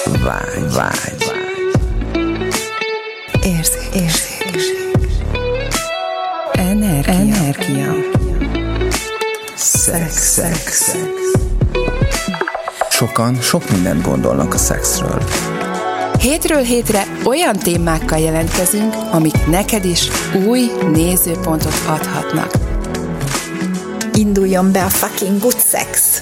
Vágy. Érzék. Energia. Szex. Sokan sok mindent gondolnak a szexről. Hétről hétre olyan témákkal jelentkezünk, amik neked is új nézőpontot adhatnak. Induljon be a fucking good sex!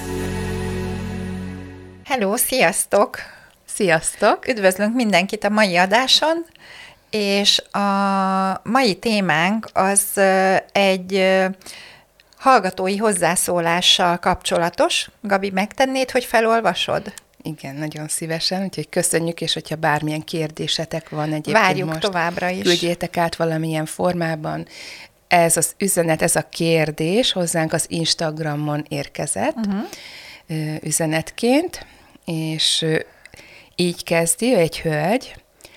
Hello, sziasztok! Sziasztok! Üdvözlünk mindenkit a mai adáson, és a mai témánk az egy hallgatói hozzászólással kapcsolatos. Gabi, megtennéd, hogy felolvasod? Igen, nagyon szívesen, úgyhogy köszönjük, és hogyha bármilyen kérdésetek van egyébként várjuk most, továbbra is. Küldjétek át valamilyen formában. Ez az üzenet, ez a kérdés hozzánk az Instagramon érkezett üzenetként, és így kezdi egy hölgy.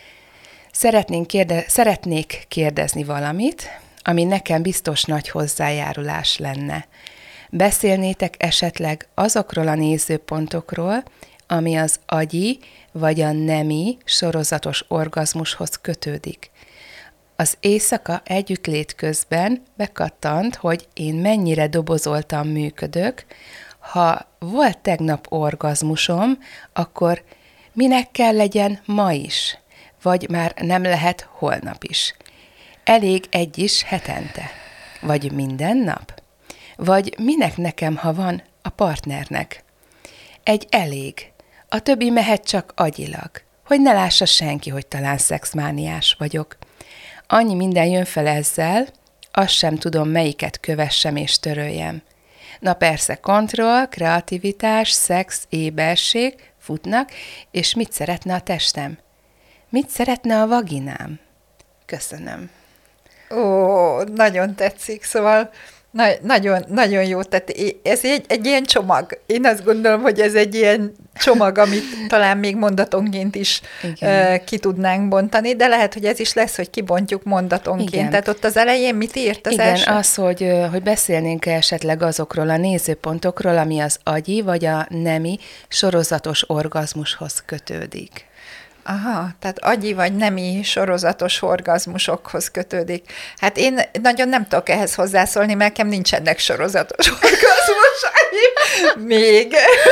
Szeretnék kérdezni valamit, ami nekem biztos nagy hozzájárulás lenne. Beszélnétek esetleg azokról a nézőpontokról, ami az agyi vagy a nemi sorozatos orgazmushoz kötődik. Az éjszaka együttlét közben bekattant, hogy én mennyire dobozoltan működök. Ha volt tegnap orgazmusom, akkor minek kell legyen ma is? Vagy már nem lehet holnap is? Elég egy is hetente? Vagy minden nap? Vagy minek nekem, ha van a partnernek? Egy elég. A többi mehet csak agyilag. Hogy ne lássa senki, hogy talán szexmániás vagyok. Annyi minden jön fel ezzel, azt sem tudom, melyiket kövessem és töröljem. Na persze, kontroll, kreativitás, szex, éberség futnak, és mit szeretne a testem? Mit szeretne a vaginám? Köszönöm. Ó, nagyon tetszik, szóval nagyon jó, tehát ez egy ilyen csomag. Én azt gondolom, hogy ez egy ilyen csomag, amit talán még mondatonként is ki tudnánk bontani, de lehet, hogy ez is lesz, hogy kibontjuk mondatonként. Igen. Tehát ott az elején mit írt az első? Igen, az, hogy beszélnénk esetleg azokról a nézőpontokról, ami az agyi vagy a nemi sorozatos orgazmushoz kötődik. Aha, tehát agyi vagy nemi sorozatos orgazmusokhoz kötődik. Hát én nagyon nem tudok ehhez hozzászólni, mert nekem nincsenek sorozatos orgazmusaim még.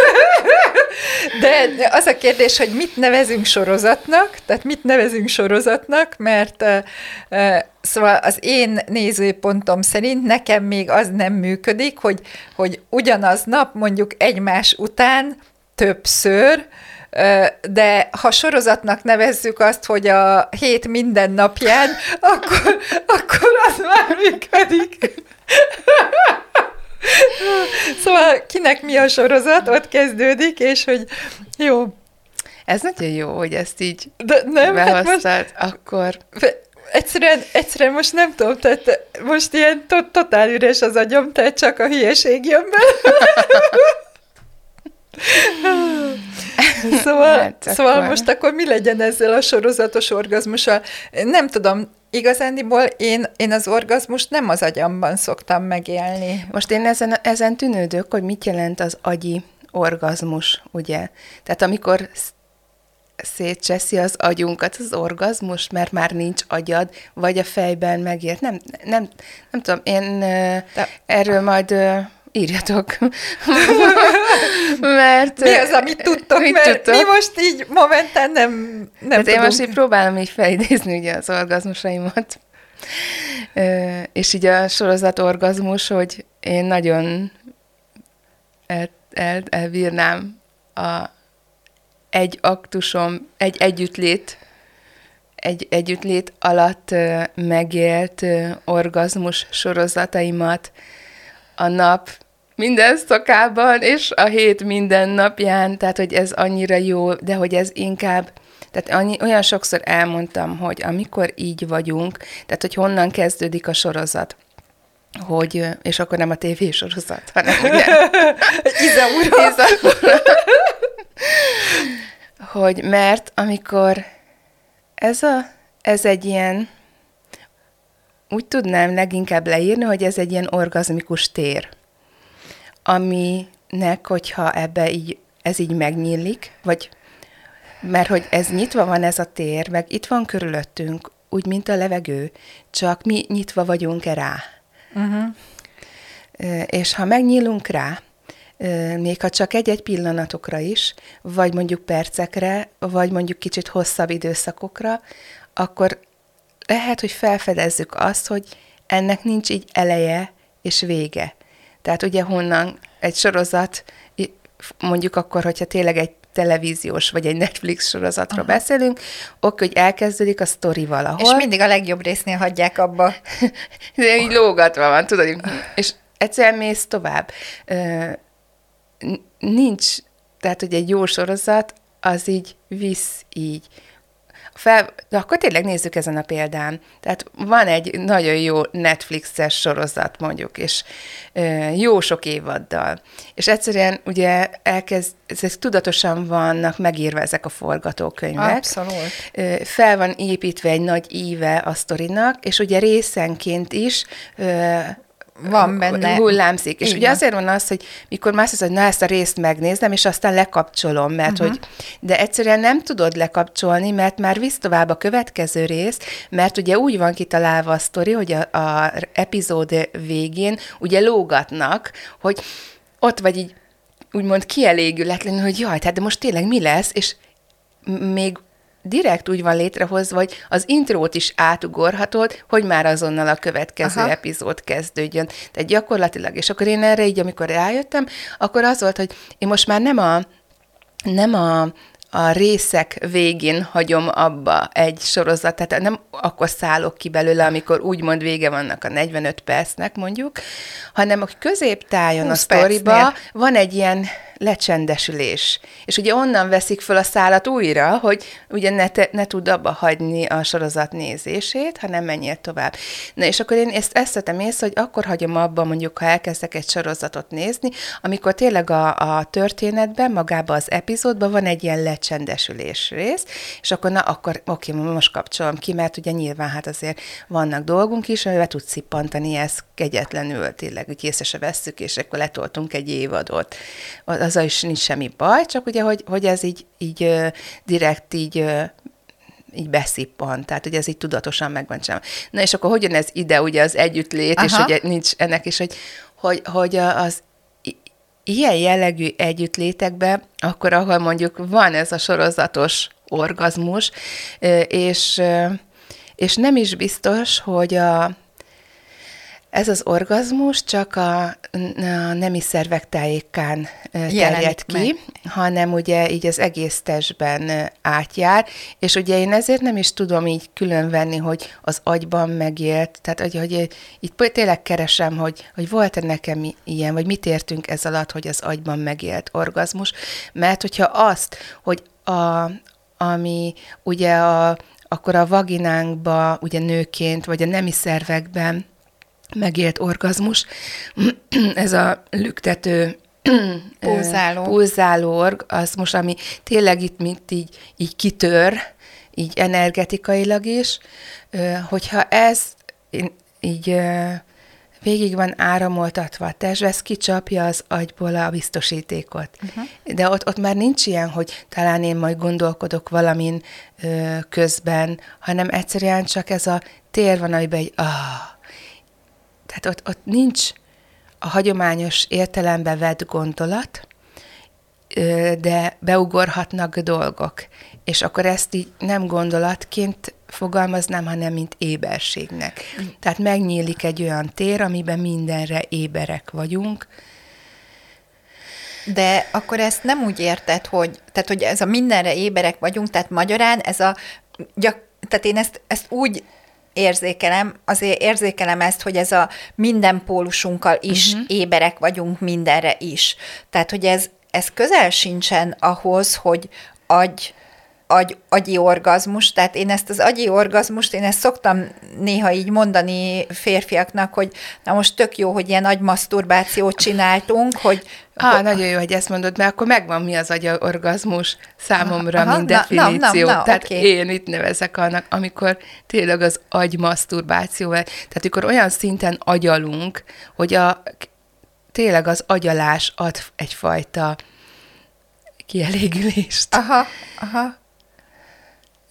De az a kérdés, hogy mit nevezünk sorozatnak, mert szóval az én nézőpontom szerint nekem még az nem működik, hogy ugyanaz nap mondjuk egymás után többször, de ha sorozatnak nevezzük azt, hogy a hét minden napján, akkor az már működik. Szóval kinek mi a sorozat, ott kezdődik, és hogy jó. Ez nagyon jó, hogy ezt így behoztad, akkor... Egyszerűen most nem tudom, tehát most ilyen totál üres az agyam, tehát csak a hülyeség jön be. Szóval most akkor mi legyen ezzel a sorozatos orgazmussal? Nem tudom, igazándiból én az orgazmust nem az agyamban szoktam megélni. Most én ezen tűnődök, hogy mit jelent az agyi orgazmus, ugye? Tehát amikor szétcseszi az agyunkat az orgazmus, mert már nincs agyad, vagy a fejben megért. Nem tudom, én erről majd... írjatok. Mert... Mi az, amit tudtok? Mi most így momentán nem tudunk. Én most így próbálom így felidézni ugye az orgazmusaimat. És így a sorozat orgazmus, hogy én nagyon elbírnám egy aktusom, egy együttlét alatt megélt orgazmus sorozataimat a nap minden szakában, és a hét minden napján, tehát, hogy ez annyira jó, de hogy ez inkább, tehát olyan sokszor elmondtam, hogy amikor így vagyunk, tehát, hogy honnan kezdődik a sorozat, hogy, és akkor nem a tévésorozat, hanem ugye, Izaura. hogy mert amikor ez egy ilyen, úgy tudnám leginkább leírni, hogy ez egy ilyen orgazmikus tér, aminek, hogyha ebbe így, ez így megnyílik, vagy mert hogy ez nyitva van ez a tér, meg itt van körülöttünk, úgy, mint a levegő, csak mi nyitva vagyunk rá. És ha megnyílunk rá, még ha csak egy-egy pillanatokra is, vagy mondjuk percekre, vagy mondjuk kicsit hosszabb időszakokra, akkor lehet, hogy felfedezzük azt, hogy ennek nincs így eleje és vége. Tehát ugye honnan egy sorozat, mondjuk akkor, hogyha tényleg egy televíziós vagy egy Netflix sorozatról beszélünk, hogy elkezdődik a sztori valahol. És mindig a legjobb résznél hagyják abba. De így lógatva van, tudod, és egyszerűen mész tovább. Nincs, tehát, hogy egy jó sorozat, az így visz így. De akkor tényleg nézzük ezen a példán. Tehát van egy nagyon jó Netflixes sorozat mondjuk, és jó sok évaddal. És egyszerűen ugye ezek tudatosan vannak megírva ezek a forgatókönyvek. Abszolút. Fel van építve egy nagy íve a sztorinak, és ugye részenként is van benne. Hullámzik. És ugye azért van az, hogy mikor már azt hiszed, hogy na, ezt a részt megnézem, és aztán lekapcsolom, mert hogy, de egyszerűen nem tudod lekapcsolni, mert már visz tovább a következő rész, mert ugye úgy van kitalálva a sztori, hogy a epizód végén ugye lógatnak, hogy ott vagy így úgymond kielégületlenül, hogy jaj, tehát de most tényleg mi lesz, és még direkt úgy van létrehozva, hogy az intrót is átugorhatod, hogy már azonnal a következő epizód kezdődjön. Tehát gyakorlatilag, és akkor én erre így, amikor rájöttem, akkor az volt, hogy én most már nem a részek végén hagyom abba egy sorozat, tehát nem akkor szállok ki belőle, amikor úgymond vége vannak a 45 percnek mondjuk, hanem a középtájon a sztoriba van egy ilyen lecsendesülés. És ugye onnan veszik föl a szálat újra, hogy ugye ne tud abba hagyni a sorozat nézését, hanem menjél tovább. Na és akkor én ezt vettem észre, hogy akkor hagyom abba, mondjuk, ha elkezdek egy sorozatot nézni, amikor tényleg a történetben, magában az epizódban van egy ilyen lecsendesülés rész, és akkor oké, most kapcsolom ki, mert ugye nyilván hát azért vannak dolgunk is, amivel tudsz szippantani, ez kegyetlenül tényleg, hogy észre se vesszük, és akkor letoltunk egy évadot. Azzal is nincs semmi baj, csak ugye, hogy ez így direkt így beszippant, tehát ugye ez így tudatosan megvan csinálva. Na és akkor hogyan ez ide, ugye az együttlét, és ugye nincs ennek is, hogy az ilyen jellegű együttlétekben, akkor ahol mondjuk van ez a sorozatos orgazmus, és nem is biztos, hogy ez az orgazmus csak a nemi szervek tájékán terjed ki, hanem ugye így az egész testben átjár, és ugye én ezért nem is tudom így különvenni, hogy az agyban megélt, tehát hogy itt tényleg keresem, hogy volt-e nekem ilyen, vagy mit értünk ez alatt, hogy az agyban megélt orgazmus, mert hogyha azt, hogy ami ugye akkor a vaginánkba, ugye nőként, vagy a nemi szervekben megélt orgazmus, ez a lüktető, pulzáló orgazmus, ami tényleg itt mint így kitör, így energetikailag is, hogyha ez így végig van áramoltatva a testbe, ez kicsapja az agyból a biztosítékot. De ott már nincs ilyen, hogy talán én majd gondolkodok valamin közben, hanem egyszerűen csak ez a tér van, amiben egy tehát ott nincs a hagyományos értelembe vett gondolat, de beugorhatnak dolgok. És akkor ezt így nem gondolatként fogalmaznám, hanem mint éberségnek. Tehát megnyílik egy olyan tér, amiben mindenre éberek vagyunk. De akkor ezt nem úgy érted, hogy ez a mindenre éberek vagyunk, tehát magyarán tehát én ezt úgy azért érzékelem ezt, hogy ez a minden pólusunkkal is éberek vagyunk mindenre is. Tehát, hogy ez közel sincsen ahhoz, hogy agyi orgazmus, tehát én ezt az agyi orgazmust, én ezt szoktam néha így mondani férfiaknak, hogy na most tök jó, hogy ilyen agymaszturbációt csináltunk, hogy... Nagyon jó, hogy ezt mondod, mert akkor megvan mi az agyorgazmus számomra, mint definíció. Tehát én itt nevezek annak, amikor tényleg az agymaszturbációval, tehát amikor olyan szinten agyalunk, hogy tényleg az agyalás ad egyfajta kielégülést.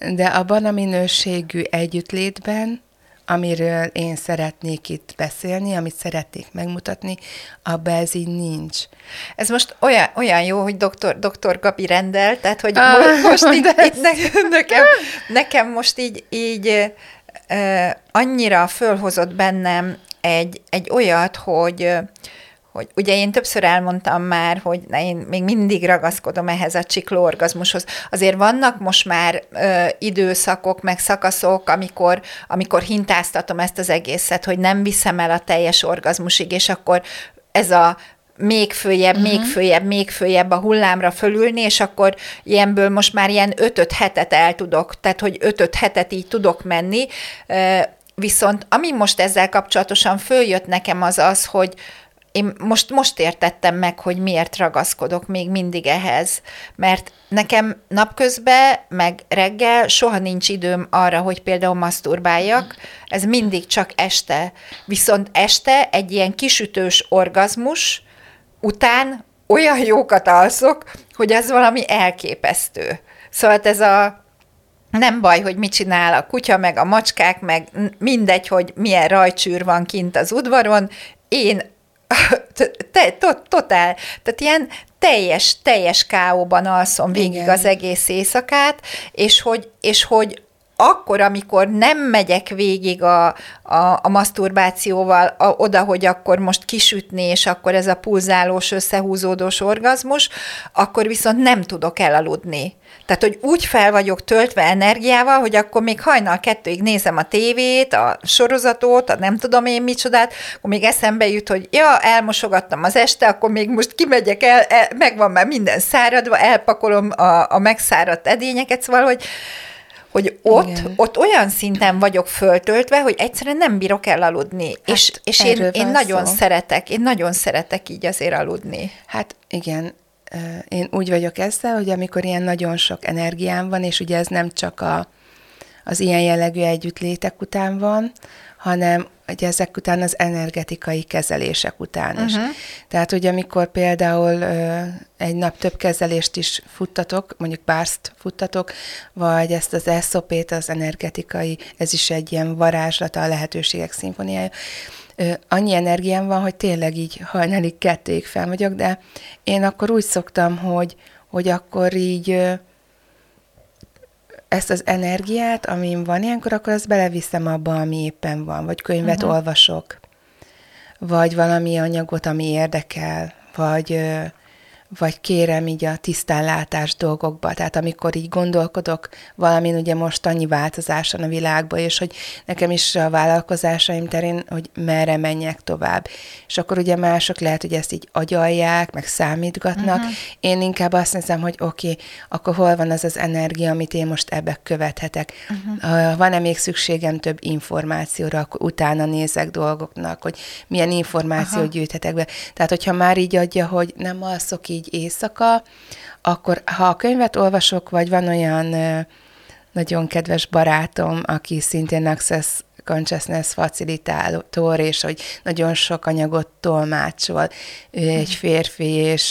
de abban a minőségű együttlétben, amiről én szeretnék itt beszélni, amit szeretnék megmutatni, abban ez így nincs. Ez most olyan jó, hogy doktor Gabi rendel, tehát hogy most itt nekem most így annyira fölhozott bennem egy olyat, hogy ugye én többször elmondtam már, hogy én még mindig ragaszkodom ehhez a csiklóorgazmushoz. Azért vannak most már időszakok, meg szakaszok, amikor hintáztatom ezt az egészet, hogy nem viszem el a teljes orgazmusig, és akkor ez a még följebb a hullámra fölülni, és akkor ilyenből most már ilyen 5-5 hetet el tudok, tehát hogy 5-5 hetet így tudok menni. Viszont ami most ezzel kapcsolatosan följött nekem az, hogy én most értettem meg, hogy miért ragaszkodok még mindig ehhez, mert nekem napközben, meg reggel soha nincs időm arra, hogy például maszturbáljak, ez mindig csak este. Viszont este egy ilyen kisütős orgazmus után olyan jókat alszok, hogy az valami elképesztő. Szóval ez nem baj, hogy mit csinál a kutya, meg a macskák, meg mindegy, hogy milyen rajcsűr van kint az udvaron, én totál, tehát ilyen teljes káóban alszom végig az egész éjszakát, és hogy akkor, amikor nem megyek végig a maszturbációval oda, hogy akkor most kisütni, és akkor ez a pulzálós, összehúzódós orgazmus, akkor viszont nem tudok elaludni. Tehát, hogy úgy fel vagyok töltve energiával, hogy akkor még hajnal 2-ig nézem a tévét, a sorozatot, a nem tudom én micsodát, akkor még eszembe jut, hogy elmosogattam az este, akkor még most kimegyek megvan már minden száradva, elpakolom a megszáradt edényeket, szóval, hogy ott olyan szinten vagyok föltöltve, hogy egyszerűen nem bírok elaludni. Hát és én nagyon szeretek így azért aludni. Hát igen, én úgy vagyok ezzel, hogy amikor ilyen nagyon sok energiám van, és ugye ez nem csak az ilyen jellegű együttlétek után van, hanem ugye ezek után az energetikai kezelések után is. Tehát, hogy amikor például egy nap több kezelést is futtatok, mondjuk bárszt futtatok, vagy ezt az SOP-t, az energetikai, ez is egy ilyen varázslata, a lehetőségek szimfóniája, annyi energiám van, hogy tényleg így hajnalig 2-ig fel vagyok, de én akkor úgy szoktam, hogy akkor így ezt az energiát, amin van ilyenkor, akkor azt beleviszem abba, ami éppen van, vagy könyvet olvasok, vagy valami anyagot, ami érdekel, vagy kérem így a tisztánlátás dolgokba. Tehát amikor így gondolkodok valamin, ugye most annyi változás van a világban, és hogy nekem is a vállalkozásaim terén, hogy merre menjek tovább. És akkor ugye mások lehet, hogy ezt így agyalják, meg számítgatnak. Én inkább azt nézem, hogy oké, akkor hol van az energia, amit én most ebbe követhetek. Van-e még szükségem több információra, akkor utána nézek dolgoknak, hogy milyen információt gyűjthetek be. Tehát, hogyha már így adja, hogy nem alszok így éjszaka, akkor ha a könyvet olvasok, vagy van olyan nagyon kedves barátom, aki szintén Access Consciousness facilitátor, és hogy nagyon sok anyagot tolmácsol. Ő egy férfi,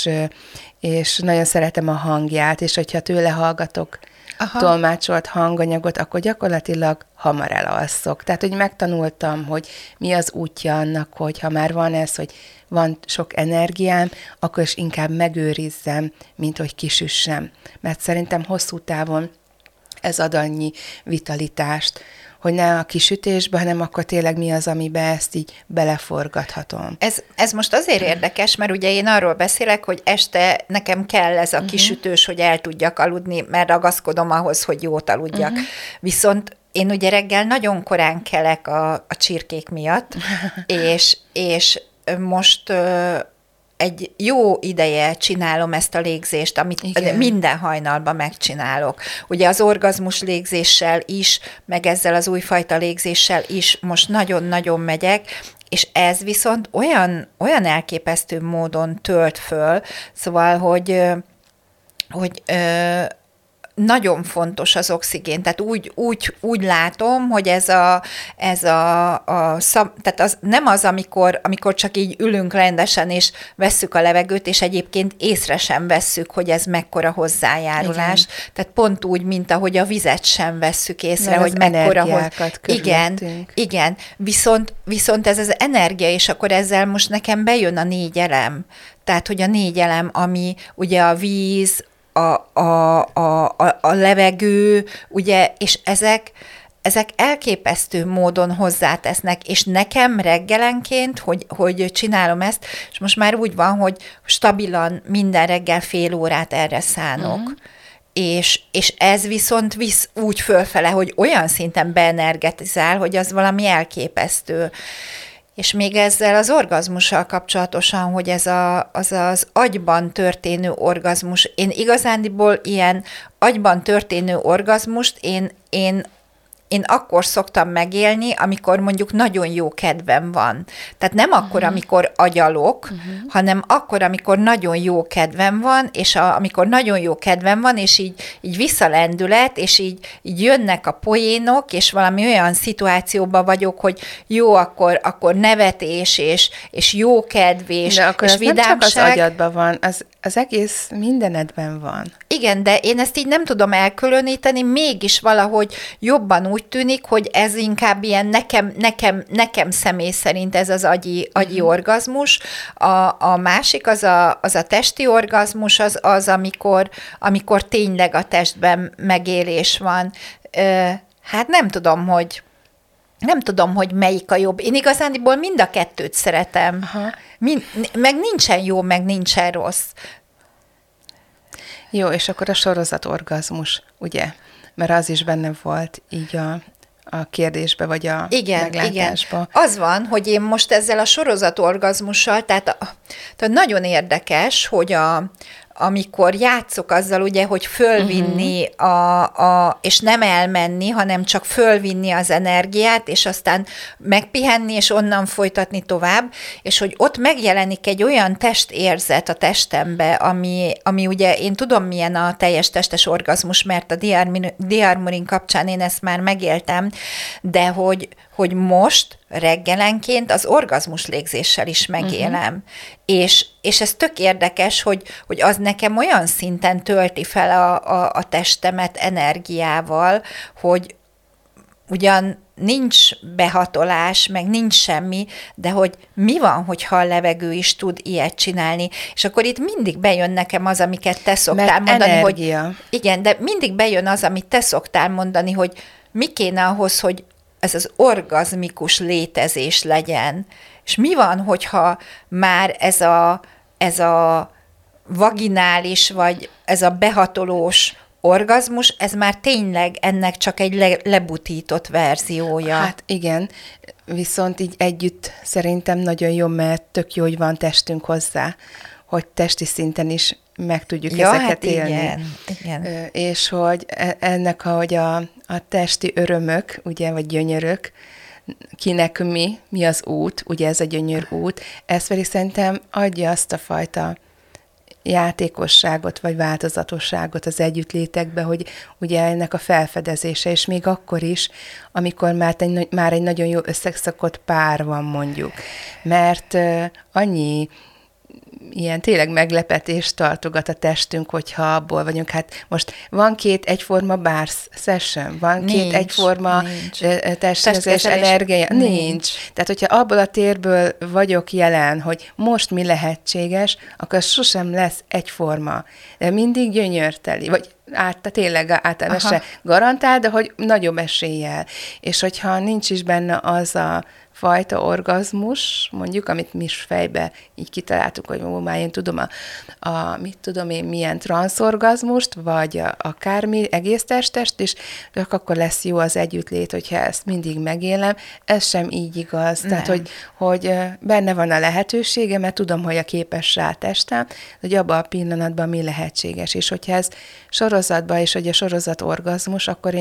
és nagyon szeretem a hangját, és hogyha tőle hallgatok tolmácsolt hanganyagot, akkor gyakorlatilag hamar elalszok. Tehát, hogy megtanultam, hogy mi az útja annak, hogy ha már van ez, hogy van sok energiám, akkor is inkább megőrizzem, mint hogy kisüssem. Mert szerintem hosszú távon ez ad annyi vitalitást, hogy ne a kisütésbe, hanem akkor tényleg mi az, amiben ezt így beleforgathatom. Ez most azért érdekes, mert ugye én arról beszélek, hogy este nekem kell ez a kisütős, hogy el tudjak aludni, mert ragaszkodom ahhoz, hogy jót aludjak. Viszont én ugye reggel nagyon korán kelek a csirkék miatt, és most egy jó ideje csinálom ezt a légzést, amit minden hajnalban megcsinálok. Ugye az orgazmus légzéssel is, meg ezzel az újfajta légzéssel is most nagyon-nagyon megyek, és ez viszont olyan elképesztő módon tölt föl, szóval, hogy nagyon fontos az oxigén, tehát úgy látom, hogy tehát az nem az, amikor csak így ülünk rendesen, és vesszük a levegőt, és egyébként észre sem vesszük, hogy ez mekkora hozzájárulás. Igen. Tehát pont úgy, mint ahogy a vizet sem vesszük észre, mert hogy mekkora Igen. Viszont ez az energia, és akkor ezzel most nekem bejön a 4 elem. Tehát, hogy a 4 elem, ami ugye a víz, a levegő, ugye, és ezek elképesztő módon hozzátesznek, és nekem reggelenként, hogy csinálom ezt, és most már úgy van, hogy stabilan minden reggel fél órát erre szánok. És ez viszont visz úgy fölfele, hogy olyan szinten beenergetizál, hogy az valami elképesztő. És még ezzel az orgazmussal kapcsolatosan, hogy ez az agyban történő orgazmus, én igazándiból ilyen agyban történő orgazmust én akkor szoktam megélni, amikor mondjuk nagyon jó kedvem van. Tehát nem akkor, amikor agyalok, hanem akkor, amikor nagyon jó kedvem van, és amikor nagyon jó kedvem van, és így visszalendület, és így jönnek a poénok, és valami olyan szituációban vagyok, hogy jó, akkor nevetés, és jó kedv, és vidámság. Nem csak az agyadban van, az egész mindenedben van. Igen, de én ezt így nem tudom elkülöníteni, mégis valahogy jobban úgy tűnik, hogy ez inkább ilyen nekem személy szerint ez az agyi orgazmus. A másik, az a testi orgazmus, az amikor tényleg a testben megélés van. Hát nem tudom, hogy melyik a jobb. Én igazándiból mind a kettőt szeretem. Meg nincsen jó, meg nincsen rossz. Jó, és akkor a sorozatorgazmus, ugye? Mert az is benne volt így a kérdésbe, vagy a meglátásba. Igen. Az van, hogy én most ezzel a sorozatorgazmussal, tehát nagyon érdekes, hogy amikor játszok azzal, ugye, hogy fölvinni és nem elmenni, hanem csak fölvinni az energiát, és aztán megpihenni, és onnan folytatni tovább, és hogy ott megjelenik egy olyan testérzet a testembe, ami ugye, én tudom, milyen a teljes testes orgazmus, mert a diarmurin kapcsán én ezt már megéltem, de hogy most reggelenként az orgazmus légzéssel is megélem. És ez tök érdekes, hogy az nekem olyan szinten tölti fel a testemet energiával, hogy ugyan nincs behatolás, meg nincs semmi, de hogy mi van, hogyha a levegő is tud ilyet csinálni. És akkor itt mindig bejön nekem az, amiket te szoktál mondani, energia. Hogy igen, de mindig bejön az, amit te szoktál mondani, hogy mi kéne ahhoz, hogy ez az orgazmikus létezés legyen. És mi van, hogyha már ez a vaginális, vagy ez a behatolós orgazmus, ez már tényleg ennek csak egy lebutított verziója. Hát igen, viszont így együtt szerintem nagyon jó, mert tök jó, hogy van testünk hozzá, hogy testi szinten is meg tudjuk ezeket élni. Igen. És hogy ennek, ahogy a testi örömök, ugye, vagy gyönyörök, kinek mi az út, ugye ez a gyönyör út, ez pedig szerintem adja azt a fajta játékosságot, vagy változatosságot az együttlétekbe, hogy ugye ennek a felfedezése, és még akkor is, amikor már egy nagyon jó összeszokott pár van mondjuk. Mert annyi ilyen tényleg meglepetést tartogat a testünk, hogyha abból vagyunk. Hát most van 2 egyforma bar session, van 2 egyforma testkezés energia. Nincs. Tehát, hogyha abból a térből vagyok jelen, hogy most mi lehetséges, akkor sosem lesz egyforma. De mindig gyönyörteli, vagy tényleg általában se garantál, de hogy nagyobb eséllyel. És hogyha nincs is benne az a fajta orgazmus, mondjuk, amit mi is fejbe így kitaláltuk, hogy már én tudom mit tudom én, milyen transzorgazmust, vagy akármi egész test is, akkor lesz jó az együttlét, hogyha ezt mindig megélem. Ez sem így igaz. Nem. Tehát, hogy benne van a lehetősége, mert tudom, hogy a képes rá a testem, hogy abban a pillanatban mi lehetséges. És hogyha ez sorozatban, és hogy a sorozat orgazmus, akkor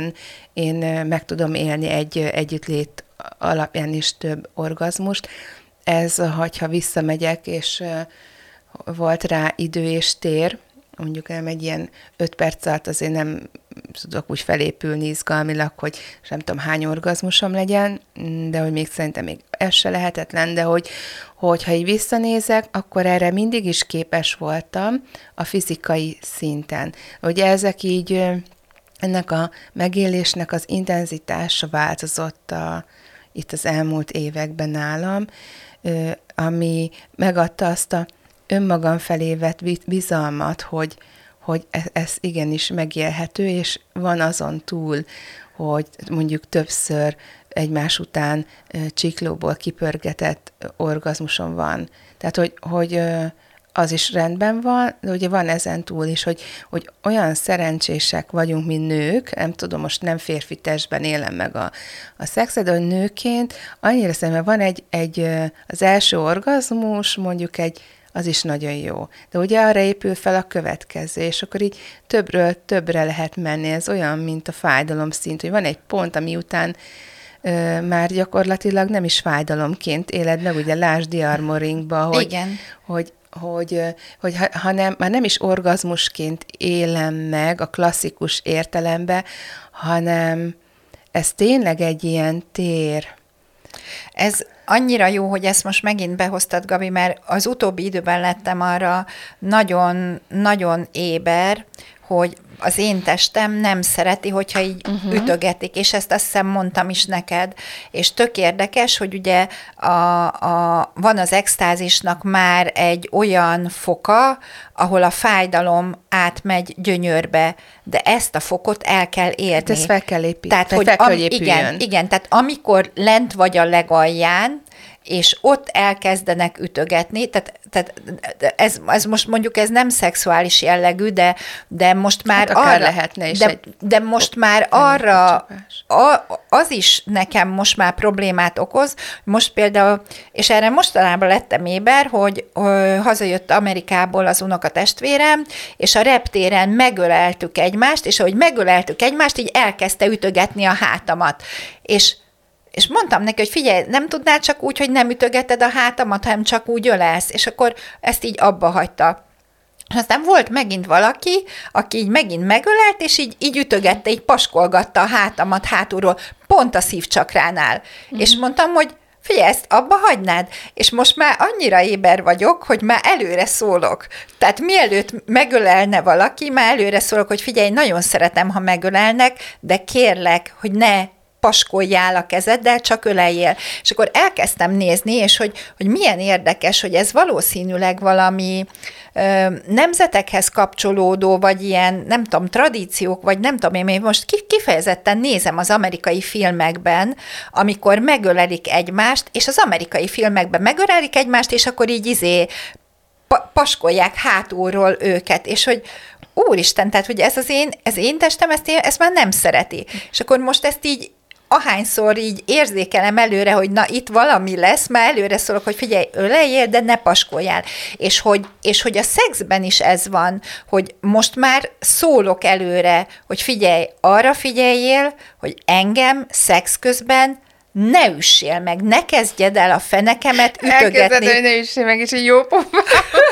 én meg tudom élni egy együttlét alapján is több orgazmust. Ez, hogyha visszamegyek, és volt rá idő és tér, mondjuk nem egy ilyen 5 perc alatt azért nem tudok úgy felépülni izgalmilag, hogy nem tudom hány orgazmusom legyen, de hogy még szerintem még ez se lehetetlen, de hogyha így visszanézek, akkor erre mindig is képes voltam a fizikai szinten. Ugye ezek így, ennek a megélésnek az intenzitása változott itt az elmúlt években nálam, ami megadta azt a önmagam felé vett bizalmat, hogy ez igenis megélhető, és van azon túl, hogy mondjuk többször egymás után csiklóból kipörgetett orgazmusom van. Tehát, hogy az is rendben van, de ugye van ezen túl is, hogy olyan szerencsések vagyunk, mi nők, nem tudom, most nem férfi testben élem meg a szexet, de hogy nőként annyira szerintem van az első orgazmus, mondjuk az is nagyon jó. De ugye arra épül fel a következő, és akkor így többről többre lehet menni. Ez olyan, mint a fájdalomszint, hogy van egy pont, ami után már gyakorlatilag nem is fájdalomként éled meg, ugye lásd The Armoringba, hanem már nem is orgazmusként élem meg a klasszikus értelembe, hanem ez tényleg egy ilyen tér. Ez annyira jó, hogy ezt most megint behoztad, Gabi, mert az utóbbi időben lettem arra nagyon éber, hogy az én testem nem szereti, hogyha így ütögetik, és ezt azt hiszem mondtam is neked, és tök érdekes, hogy ugye van az extázisnak már egy olyan foka, ahol a fájdalom átmegy gyönyörbe, de ezt a fokot el kell érni. Hát ezt fel kell építeni. Tehát, hogy igen, tehát amikor lent vagy a legalján, és ott elkezdenek ütögetni, tehát ez most mondjuk ez nem szexuális jellegű, de most már hát arra lehetne is de most már arra az is nekem most már problémát okoz. Most például, és erre mostanában lettem éber, hogy hazajött Amerikából az unokatestvérem, és a reptéren megöleltük egymást, és ahogy megöleltük egymást, így elkezdte ütögetni a hátamat. És mondtam neki, hogy figyelj, nem tudnál csak úgy, hogy nem ütögeted a hátamat, hanem csak úgy ölelsz, és akkor ezt így abba hagyta. Aztán volt megint valaki, aki így megint megölelt, és így ütögette, így paskolgatta a hátamat hátulról, pont a szívcsakránál. És mondtam, hogy figyelj, ezt abba hagynád? És most már annyira éber vagyok, hogy már előre szólok. Tehát mielőtt megölelne valaki, már előre szólok, hogy figyelj, nagyon szeretem, ha megölelnek, de kérlek, hogy ne paskoljál a kezeddel, csak öleljél. És akkor elkezdtem nézni, és hogy milyen érdekes, hogy ez valószínűleg valami nemzetekhez kapcsolódó, vagy ilyen, nem tudom, tradíciók, vagy nem tudom én most kifejezetten nézem az amerikai filmekben, amikor megölelik egymást, és az amerikai filmekben megölelik egymást, és akkor így paskolják hátulról őket, és hogy úristen, tehát, hogy ez az én testem, ezt már nem szereti. És akkor most ezt így ahányszor így érzékelem előre, hogy na, itt valami lesz, már előre szólok, hogy figyelj, öleljél, de ne paskoljál. És hogy a szexben is ez van, hogy most már szólok előre, hogy figyelj, arra figyeljél, hogy engem szex közben ne üssél meg, ne kezdjed el a fenekemet ütögetni. Elkezded, hogy ne üssél meg, és egy jó pofán.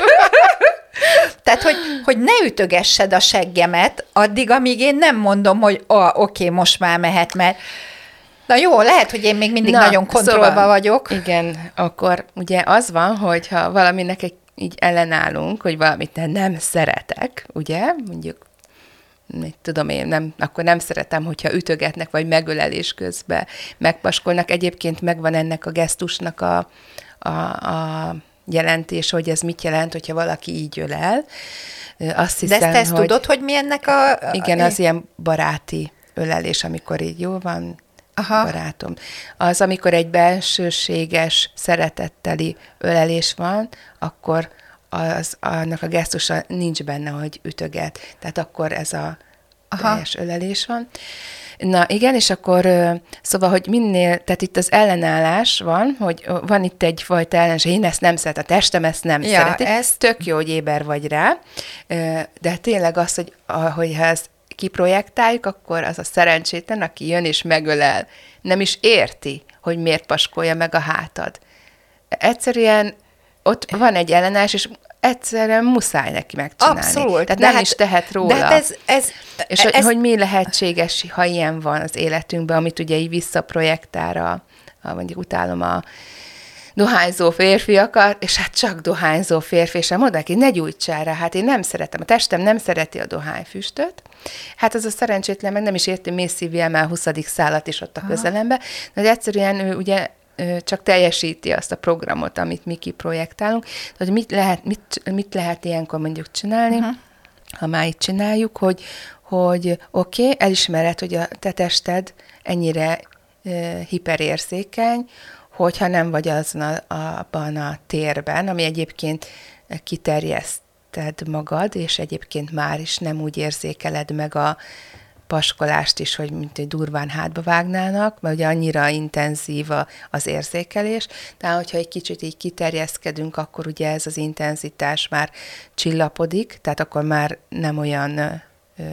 Tehát, hogy ne ütögessed a seggemet addig, amíg én nem mondom, hogy oké, most már mehet, mert na jó, lehet, hogy én még mindig nagyon kontrollba vagyok. Igen, akkor ugye az van, hogyha valaminek így ellenállunk, hogy valamit nem szeretek, ugye, mondjuk, tudom én, akkor nem szeretem, hogyha ütögetnek, vagy megölelés közben megpaskolnak. Egyébként megvan ennek a gesztusnak a jelentés, hogy ez mit jelent, hogyha valaki így ölel. Azt hiszem, de ezt tudod, hogy mi ennek igen, az ilyen baráti ölelés, amikor így jó van, barátom. Az, amikor egy bensőséges, szeretetteli ölelés van, akkor annak a gesztusa nincs benne, hogy ütöget. Tehát akkor ez a teljes ölelés van. Na igen, és akkor szóval, hogy tehát itt az ellenállás van, hogy van itt egyfajta ellenség, én ezt nem szeretem, a testem ezt nem szereti. Ez tök jó, hogy éber vagy rá, de tényleg az, hogy ha ezt kiprojektáljuk, akkor az a szerencsétlen, aki jön és megölel, nem is érti, hogy miért paskolja meg a hátad. Egyszerűen ott van egy ellenállás, és egyszerűen muszáj neki megcsinálni. Abszolút. Tehát nem is tehet róla. De hát és hogy mi lehetséges, ha ilyen van az életünkben, amit ugye így visszaprojektál mondjuk utálom a dohányzó férfiakat, és hát csak dohányzó férfi, és mondják, hogy ne gyújtsál rá, hát én nem szeretem, a testem nem szereti a dohányfüstöt, hát az a szerencsétlen meg nem is érti mély szívjel 20. szálat is ott a közelembe, de egyszerűen ő ugye csak teljesíti azt a programot, amit mi kiprojektálunk, hogy mit lehet ilyenkor mondjuk csinálni, ha már itt csináljuk, hogy oké, elismered, hogy a te tested ennyire hiperérzékeny, hogyha nem vagy abban a térben, ami egyébként kiterjeszted magad, és egyébként már is nem úgy érzékeled meg a paskolást is, hogy mint egy durván hátba vágnának, mert ugye annyira intenzív az érzékelés, tehát hogyha egy kicsit így kiterjeszkedünk, akkor ugye ez az intenzitás már csillapodik, tehát akkor már nem olyan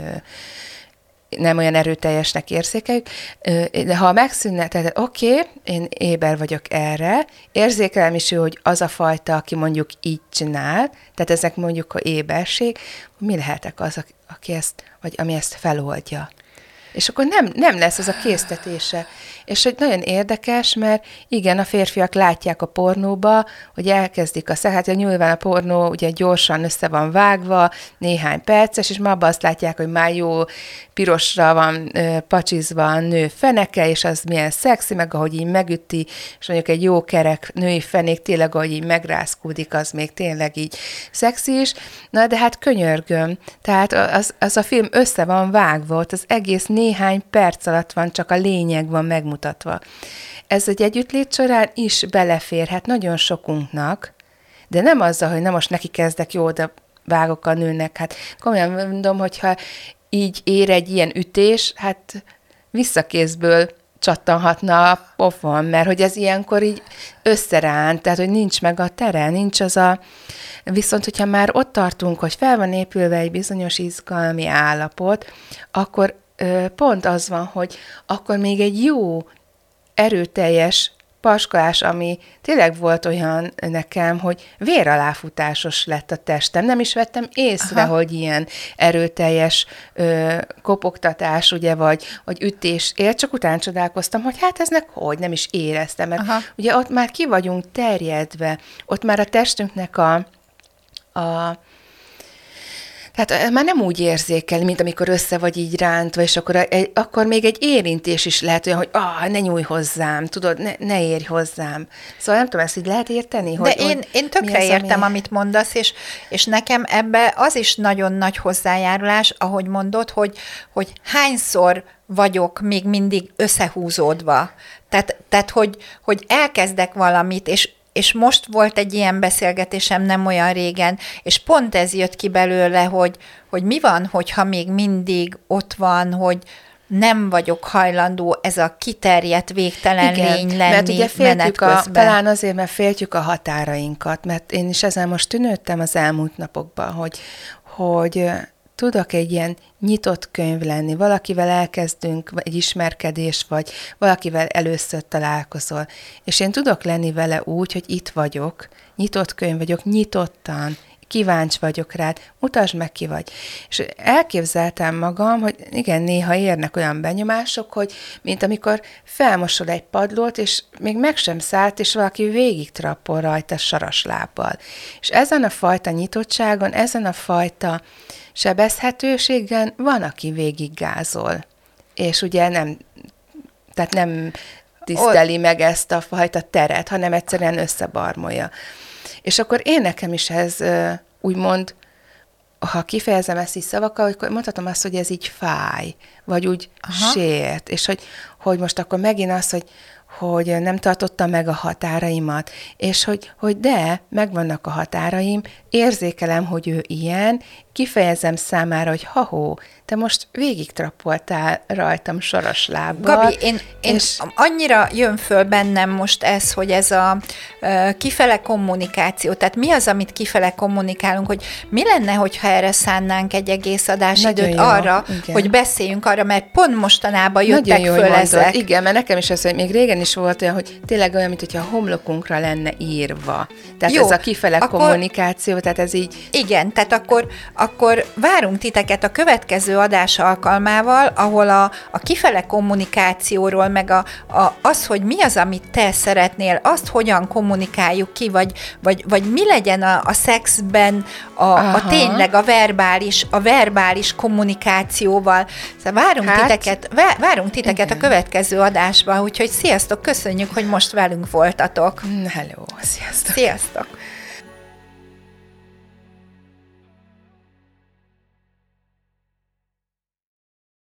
erőteljesnek érzékeljük, de ha megszűnne, tehát oké, én éber vagyok erre, érzékelem is, hogy az a fajta, aki mondjuk így csinál, tehát ezek mondjuk a éberség, mi lehetek az, aki ezt, vagy ami ezt feloldja. És akkor nem lesz az a késztetése. És hogy nagyon érdekes, mert igen, a férfiak látják a pornóba, hogy elkezdik hát nyilván a pornó ugye gyorsan össze van vágva, néhány perces, és ma abban azt látják, hogy már jó pirosra van pacsizva a nő feneke, és az milyen szexi, meg ahogy így megüti, és mondjuk egy jó kerek női fenék tényleg, ahogy így megrázkódik, az még tényleg így szexi is. Na, de hát könyörgöm. Tehát az a film össze van vágva, ott az egész néhány perc alatt van, csak a lényeg van megmutatva. Ez egy együttlét során is beleférhet nagyon sokunknak, de nem azzal, hogy na most neki kezdek, jó, de vágok a nőnek. Hát komolyan mondom, hogyha így ér egy ilyen ütés, hát visszakézből csattanhatna a pofon, mert hogy ez ilyenkor így összeránt, tehát hogy nincs meg a tere, nincs az a... Viszont, hogyha már ott tartunk, hogy fel van épülve egy bizonyos izgalmi állapot, akkor pont az van, hogy akkor még egy jó, erőteljes paskolás, ami tényleg volt olyan nekem, hogy véraláfutásos lett a testem. Nem is vettem észre, hogy ilyen erőteljes kopogtatás, ugye, vagy ütés ért, csak utána csodálkoztam, hogy hát eznek hogy nem is éreztem, mert ugye ott már ki vagyunk terjedve, ott már a testünknek tehát már nem úgy érzékel, mint amikor össze vagy így rántva, és akkor még egy érintés is lehet olyan, hogy ne nyújj hozzám, tudod, ne érj hozzám. Szóval nem tudom, ezt így lehet érteni? De én tökre értem, amit mondasz, és nekem ebbe az is nagyon nagy hozzájárulás, ahogy mondod, hogy hányszor vagyok még mindig összehúzódva. Tehát hogy elkezdek valamit, és most volt egy ilyen beszélgetésem nem olyan régen, és pont ez jött ki belőle, hogy mi van, hogyha még mindig ott van, hogy nem vagyok hajlandó ez a kiterjedt végtelen lény lenni mert ugye menet közben. Talán azért, mert féltjük a határainkat, mert én is ezzel most tűnődtem az elmúlt napokban, hogy tudok egy ilyen nyitott könyv lenni, valakivel elkezdünk egy ismerkedés, vagy valakivel először találkozol, és én tudok lenni vele úgy, hogy itt vagyok, nyitott könyv vagyok, nyitottan, kíváncsi vagyok rád, mutasd meg, ki vagy. És elképzeltem magam, hogy igen, néha érnek olyan benyomások, hogy mint amikor felmosol egy padlót, és még meg sem szállt, és valaki végig trappol rajta saraslábbal. És ezen a fajta nyitottságon, ezen a fajta sebezhetőségen van, aki végig gázol. És ugye nem tiszteli meg ezt a fajta teret, hanem egyszerűen összebarmolja. És akkor én nekem is ez úgymond, ha kifejezem ezt így szavakkal, akkor mondhatom azt, hogy ez így fáj, vagy úgy sért, és hogy most akkor megint az, hogy nem tartottam meg a határaimat, és hogy de, megvannak a határaim, érzékelem, hogy ő ilyen, kifejezem számára, hogy te most végig trappoltál rajtam soros lábbal. Gabi, én annyira jön föl bennem most ez, hogy ez a kifele kommunikáció, tehát mi az, amit kifele kommunikálunk, hogy mi lenne, hogyha erre szánnánk egy egész adásidőt arra, igen, hogy beszéljünk arra, arra, mert pont mostanában jöttek nagyon jól föl mondod. ezek. Igen, mert nekem is az, hogy még régen is volt olyan, hogy tényleg olyan, mint hogyha a homlokunkra lenne írva. Tehát Jó, ez a kifele akkor- kommunikáció, tehát ez így... Igen, tehát akkor várunk titeket a következő adás alkalmával, ahol a kifele kommunikációról, meg az, hogy mi az, amit te szeretnél, azt hogyan kommunikáljuk ki, vagy mi legyen a szexben a tényleg a verbális kommunikációval. Szóval várunk titeket igen. a következő adásban, úgyhogy sziasztok, köszönjük, hogy most velünk voltatok. Hello, sziasztok! Sziasztok!